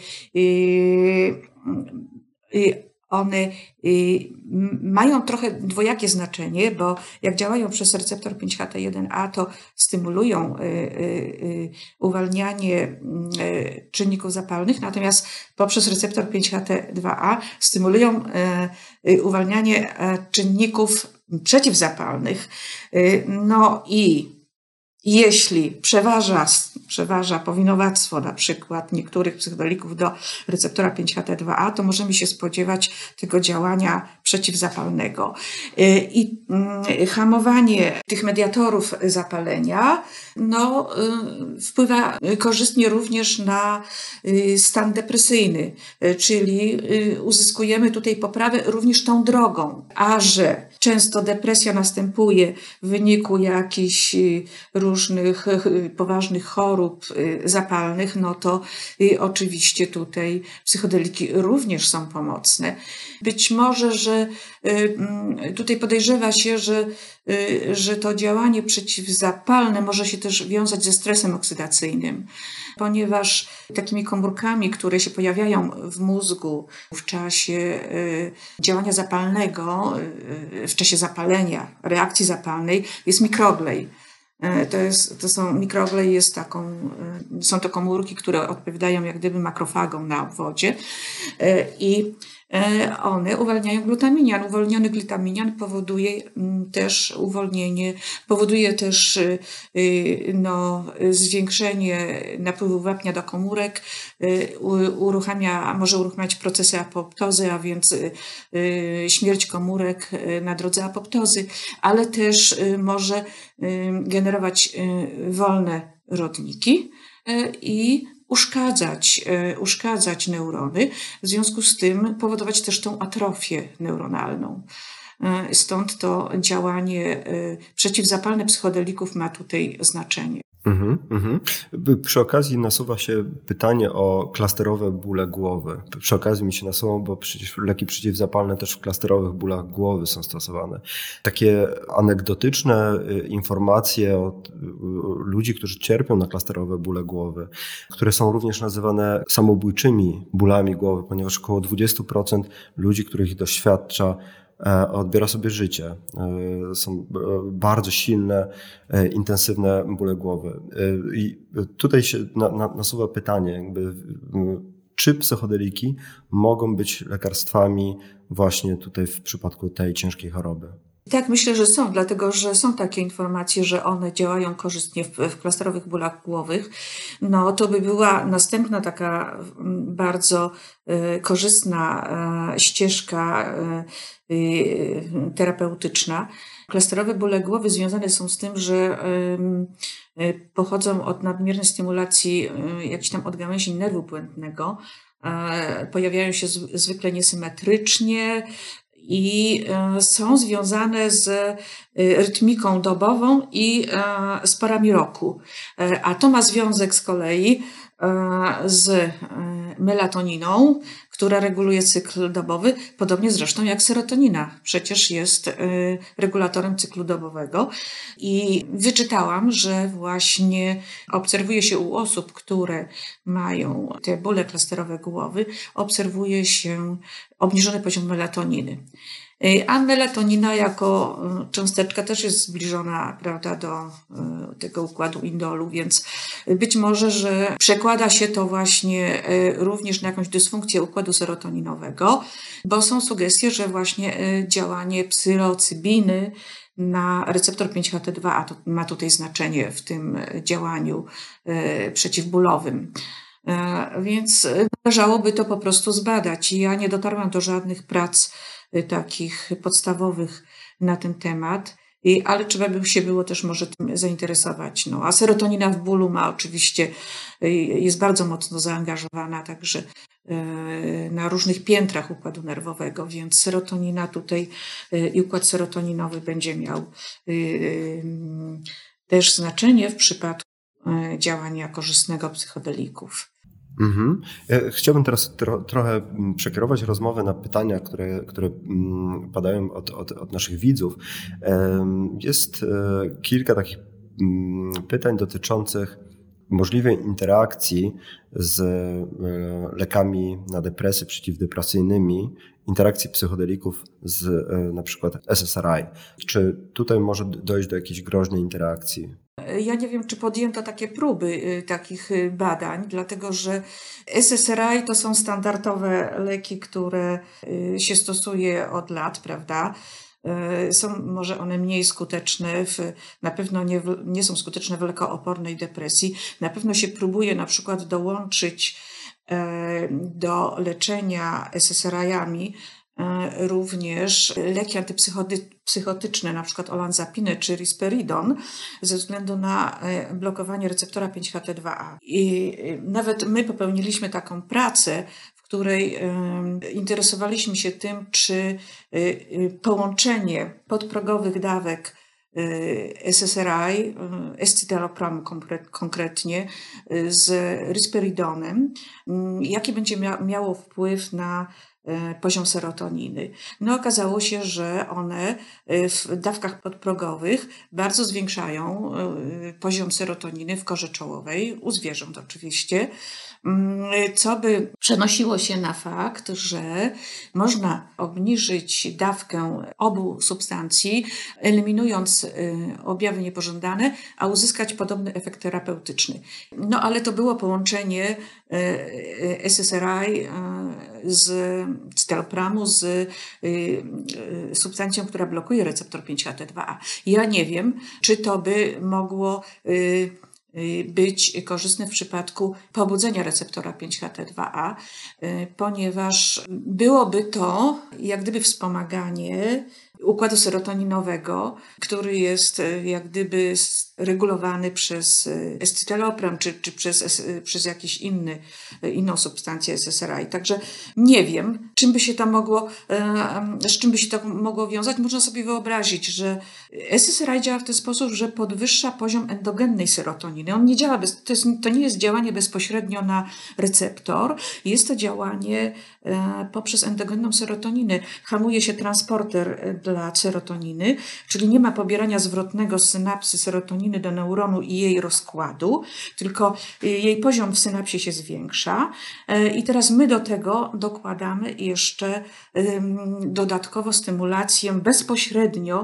one mają trochę dwojakie znaczenie, bo jak działają przez receptor pięć H T jeden A, to stymulują uwalnianie czynników zapalnych, natomiast poprzez receptor pięć H T dwa A stymulują uwalnianie czynników przeciwzapalnych. No i jeśli przeważa, przeważa powinowactwo na przykład niektórych psychodelików do receptora pięć H T dwa A, to możemy się spodziewać tego działania przeciwzapalnego. I hamowanie tych mediatorów zapalenia no, wpływa korzystnie również na stan depresyjny, czyli uzyskujemy tutaj poprawę również tą drogą, a że często depresja następuje w wyniku jakichś różnych poważnych chorób zapalnych, no to oczywiście tutaj psychodeliki również są pomocne. Być może, że tutaj podejrzewa się, że że to działanie przeciwzapalne może się też wiązać ze stresem oksydacyjnym, ponieważ takimi komórkami, które się pojawiają w mózgu w czasie działania zapalnego, w czasie zapalenia, reakcji zapalnej, jest mikroglej. To, jest, to są mikroglej jest taką, są to komórki, które odpowiadają jak gdyby makrofagom na obwodzie i one uwalniają glutaminian. Uwolniony glutaminian powoduje też uwolnienie, powoduje też no, zwiększenie napływu wapnia do komórek, uruchamia, może uruchamiać procesy apoptozy, a więc śmierć komórek na drodze apoptozy, ale też może generować wolne rodniki i uszkadzać, uszkadzać neurony, w związku z tym powodować też tą atrofię neuronalną. Stąd to działanie przeciwzapalne psychodelików ma tutaj znaczenie. Mhm, mhm. Przy okazji nasuwa się pytanie o klasterowe bóle głowy. Przy okazji mi się nasuwa, bo przecież leki przeciwzapalne też w klasterowych bólach głowy są stosowane. Takie anegdotyczne informacje od ludzi, którzy cierpią na klasterowe bóle głowy, które są również nazywane samobójczymi bólami głowy, ponieważ około dwadzieścia procent ludzi, których ich doświadcza, odbiera sobie życie. Są bardzo silne, intensywne bóle głowy. I tutaj się nasuwa pytanie, jakby, czy psychodeliki mogą być lekarstwami właśnie tutaj w przypadku tej ciężkiej choroby? Tak, myślę, że są, dlatego że są takie informacje, że one działają korzystnie w, w klasterowych bólach głowych. No to by była następna taka bardzo y, korzystna y, ścieżka y, y, terapeutyczna. Klasterowe bóle głowy związane są z tym, że y, y, pochodzą od nadmiernej stymulacji y, jakichś tam odgałęzień nerwu błędnego. Y, pojawiają się z, zwykle niesymetrycznie, i są związane z rytmiką dobową i z porami roku. A to ma związek z kolei z melatoniną, która reguluje cykl dobowy, podobnie zresztą jak serotonina. Przecież jest regulatorem cyklu dobowego. I wyczytałam, że właśnie obserwuje się u osób, które mają te bóle klasterowe głowy, obserwuje się obniżony poziom melatoniny. A melatonina jako cząsteczka też jest zbliżona, prawda, do tego układu indolu, więc być może, że przekłada się to właśnie również na jakąś dysfunkcję układu serotoninowego, bo są sugestie, że właśnie działanie psylocybiny na receptor pięć H T dwa a ma tutaj znaczenie w tym działaniu przeciwbólowym. Więc należałoby to po prostu zbadać. Ja nie dotarłam do żadnych prac takich podstawowych na ten temat, ale trzeba by się było też może tym zainteresować. No, a serotonina w bólu ma oczywiście, jest bardzo mocno zaangażowana także na różnych piętrach układu nerwowego, więc serotonina tutaj i układ serotoninowy będzie miał też znaczenie w przypadku działania korzystnego psychodelików. Mhm. Ja chciałbym teraz tro, trochę przekierować rozmowę na pytania, które, które padają od, od, od naszych widzów. Jest kilka takich pytań dotyczących możliwej interakcji z lekami na depresje przeciwdepresyjnymi, interakcji psychodelików z na przykład S S R I. Czy tutaj może dojść do jakiejś groźnej interakcji? Ja nie wiem, czy podjęto takie próby takich badań, dlatego że S S R I to są standardowe leki, które się stosuje od lat, prawda? Są może one mniej skuteczne, w, na pewno nie, nie są skuteczne w lekoopornej depresji. Na pewno się próbuje na przykład dołączyć do leczenia S S R I-ami również leki antypsychotyczne, na przykład olanzapinę czy risperidon, ze względu na blokowanie receptora pięć H T dwa a. I nawet my popełniliśmy taką pracę, w której interesowaliśmy się tym, czy połączenie podprogowych dawek S S R I, escitalopram konkretnie, z risperidonem, jaki będzie miało wpływ na poziom serotoniny. No okazało się, że one w dawkach podprogowych bardzo zwiększają poziom serotoniny w korze czołowej, u zwierząt oczywiście, co by przenosiło się na fakt, że można obniżyć dawkę obu substancji, eliminując objawy niepożądane, a uzyskać podobny efekt terapeutyczny. No ale to było połączenie S S R I z citalopram z substancją, która blokuje receptor pięć H T dwa A. Ja nie wiem, czy to by mogło być korzystne w przypadku pobudzenia receptora pięć H T dwa A, ponieważ byłoby to jak gdyby wspomaganie układu serotoninowego, który jest jak gdyby regulowany przez escitalopram czy, czy przez, przez jakąś inny, inną substancję S S R I. Także nie wiem, czym by się to mogło, z czym by się to mogło wiązać. Można sobie wyobrazić, że S S R I działa w ten sposób, że podwyższa poziom endogennej serotoniny. On nie działa bez, to, jest, to nie jest działanie bezpośrednio na receptor, jest to działanie poprzez endogenną serotoninę. Hamuje się transporter dla serotoniny, czyli nie ma pobierania zwrotnego z synapsy serotoniny do neuronu i jej rozkładu, tylko jej poziom w synapsie się zwiększa. I teraz my do tego dokładamy jeszcze dodatkowo stymulację bezpośrednio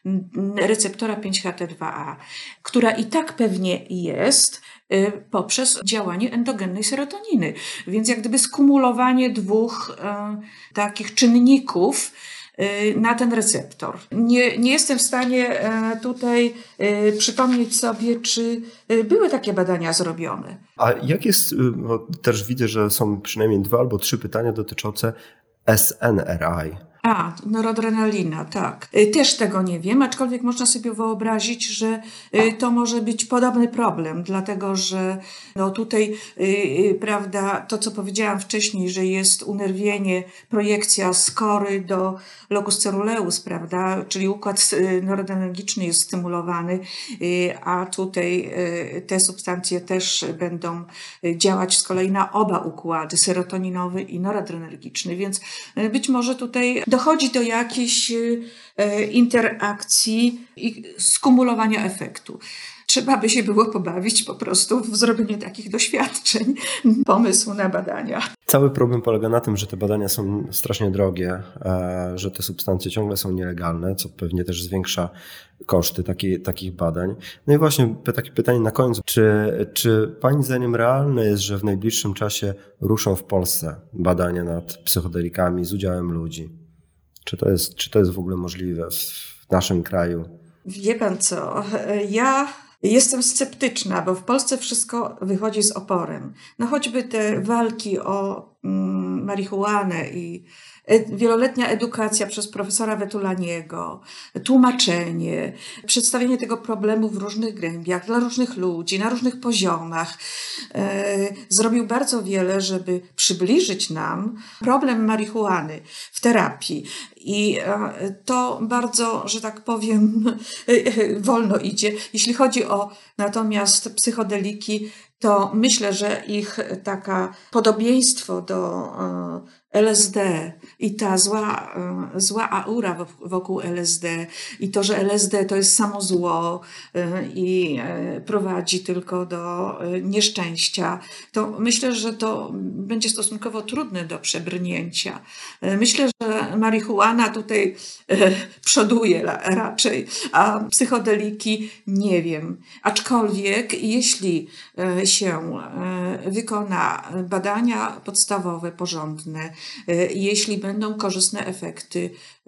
receptora pięć H T dwa A, która i tak pewnie jest poprzez działanie endogennej serotoniny. Więc jak gdyby skumulowanie dwóch e, takich czynników e, na ten receptor. Nie, nie jestem w stanie e, tutaj e, przypomnieć sobie, czy e, były takie badania zrobione. A jak jest, bo też widzę, że są przynajmniej dwa albo trzy pytania dotyczące S N R I. A, noradrenalina, tak. Też tego nie wiem, aczkolwiek można sobie wyobrazić, że to może być podobny problem, dlatego że no tutaj, yy, prawda, to co powiedziałam wcześniej, że jest unerwienie, projekcja z kory do locus ceruleus, prawda, czyli układ noradrenergiczny jest stymulowany, yy, a tutaj yy, te substancje też będą działać z kolei na oba układy, serotoninowy i noradrenergiczny, więc yy, być może tutaj dochodzi do jakiejś e, interakcji i skumulowania efektu. Trzeba by się było pobawić po prostu w zrobienie takich doświadczeń, pomysłu na badania. Cały problem polega na tym, że te badania są strasznie drogie, że te substancje ciągle są nielegalne, co pewnie też zwiększa koszty taki, takich badań. No i właśnie takie pytanie na koniec. Czy, czy Pani zdaniem realne jest, że w najbliższym czasie ruszą w Polsce badania nad psychodelikami z udziałem ludzi? Czy to jest, czy to jest w ogóle możliwe w naszym kraju? Wie pan co, ja jestem sceptyczna, bo w Polsce wszystko wychodzi z oporem. No choćby te walki o mm, marihuanę i wieloletnia edukacja przez profesora Vetulaniego, tłumaczenie, przedstawienie tego problemu w różnych grębiach, dla różnych ludzi, na różnych poziomach. E, zrobił bardzo wiele, żeby przybliżyć nam problem marihuany w terapii. I e, to bardzo, że tak powiem, e, wolno idzie. Jeśli chodzi o natomiast psychodeliki, to myślę, że ich taka podobieństwo do e, L S D i ta zła, zła aura wokół L S D i to, że L S D to jest samo zło i prowadzi tylko do nieszczęścia, to myślę, że to będzie stosunkowo trudne do przebrnięcia. Myślę, że marihuana tutaj przoduje raczej, a psychodeliki nie wiem. Aczkolwiek jeśli się wykona badania podstawowe, porządne, jeśli będą korzystne efekty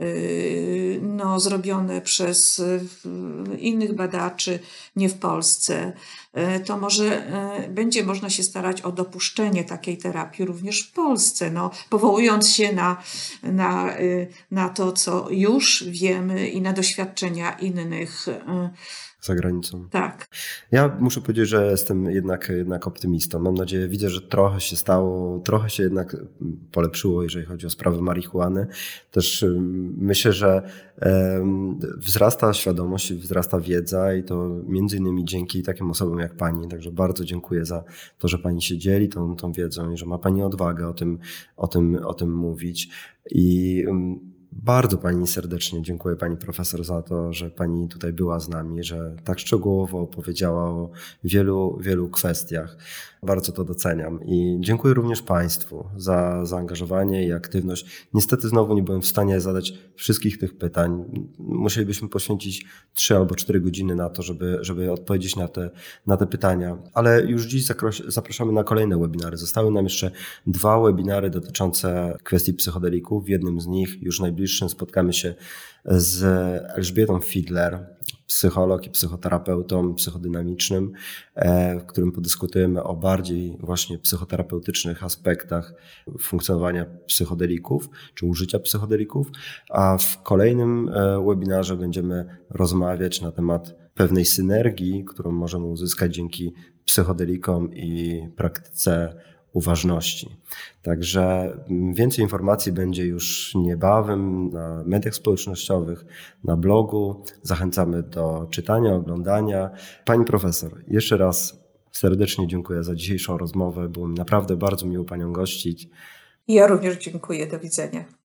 no, zrobione przez innych badaczy, nie w Polsce, to może będzie można się starać o dopuszczenie takiej terapii również w Polsce, no, powołując się na, na, na to, co już wiemy i na doświadczenia innych za granicą. Tak. Ja muszę powiedzieć, że jestem jednak, jednak optymistą. Mam nadzieję, widzę, że trochę się stało, trochę się jednak polepszyło, jeżeli chodzi o sprawę marihuany. Też myślę, że wzrasta świadomość, wzrasta wiedza i to między innymi dzięki takim osobom jak pani. Także bardzo dziękuję za to, że pani się dzieli tą, tą wiedzą i że ma pani odwagę o tym, o tym, o tym mówić. I bardzo pani serdecznie dziękuję pani profesor za to, że pani tutaj była z nami, że tak szczegółowo opowiedziała o wielu, wielu kwestiach. Bardzo to doceniam i dziękuję również państwu za zaangażowanie i aktywność. Niestety znowu nie byłem w stanie zadać wszystkich tych pytań. Musielibyśmy poświęcić trzy albo cztery godziny na to, żeby, żeby odpowiedzieć na te, na te pytania. Ale już dziś zapraszamy na kolejne webinary. Zostały nam jeszcze dwa webinary dotyczące kwestii psychodelików. W jednym z nich już najbliższym spotkamy się z Elżbietą Fidler, psycholog i psychoterapeutą psychodynamicznym, w którym podyskutujemy o bardziej właśnie psychoterapeutycznych aspektach funkcjonowania psychodelików czy użycia psychodelików, a w kolejnym webinarze będziemy rozmawiać na temat pewnej synergii, którą możemy uzyskać dzięki psychodelikom i praktyce uważności. Także więcej informacji będzie już niebawem na mediach społecznościowych, na blogu. Zachęcamy do czytania, oglądania. Pani profesor, jeszcze raz serdecznie dziękuję za dzisiejszą rozmowę. Było mi naprawdę bardzo miło panią gościć. Ja również dziękuję. Do widzenia.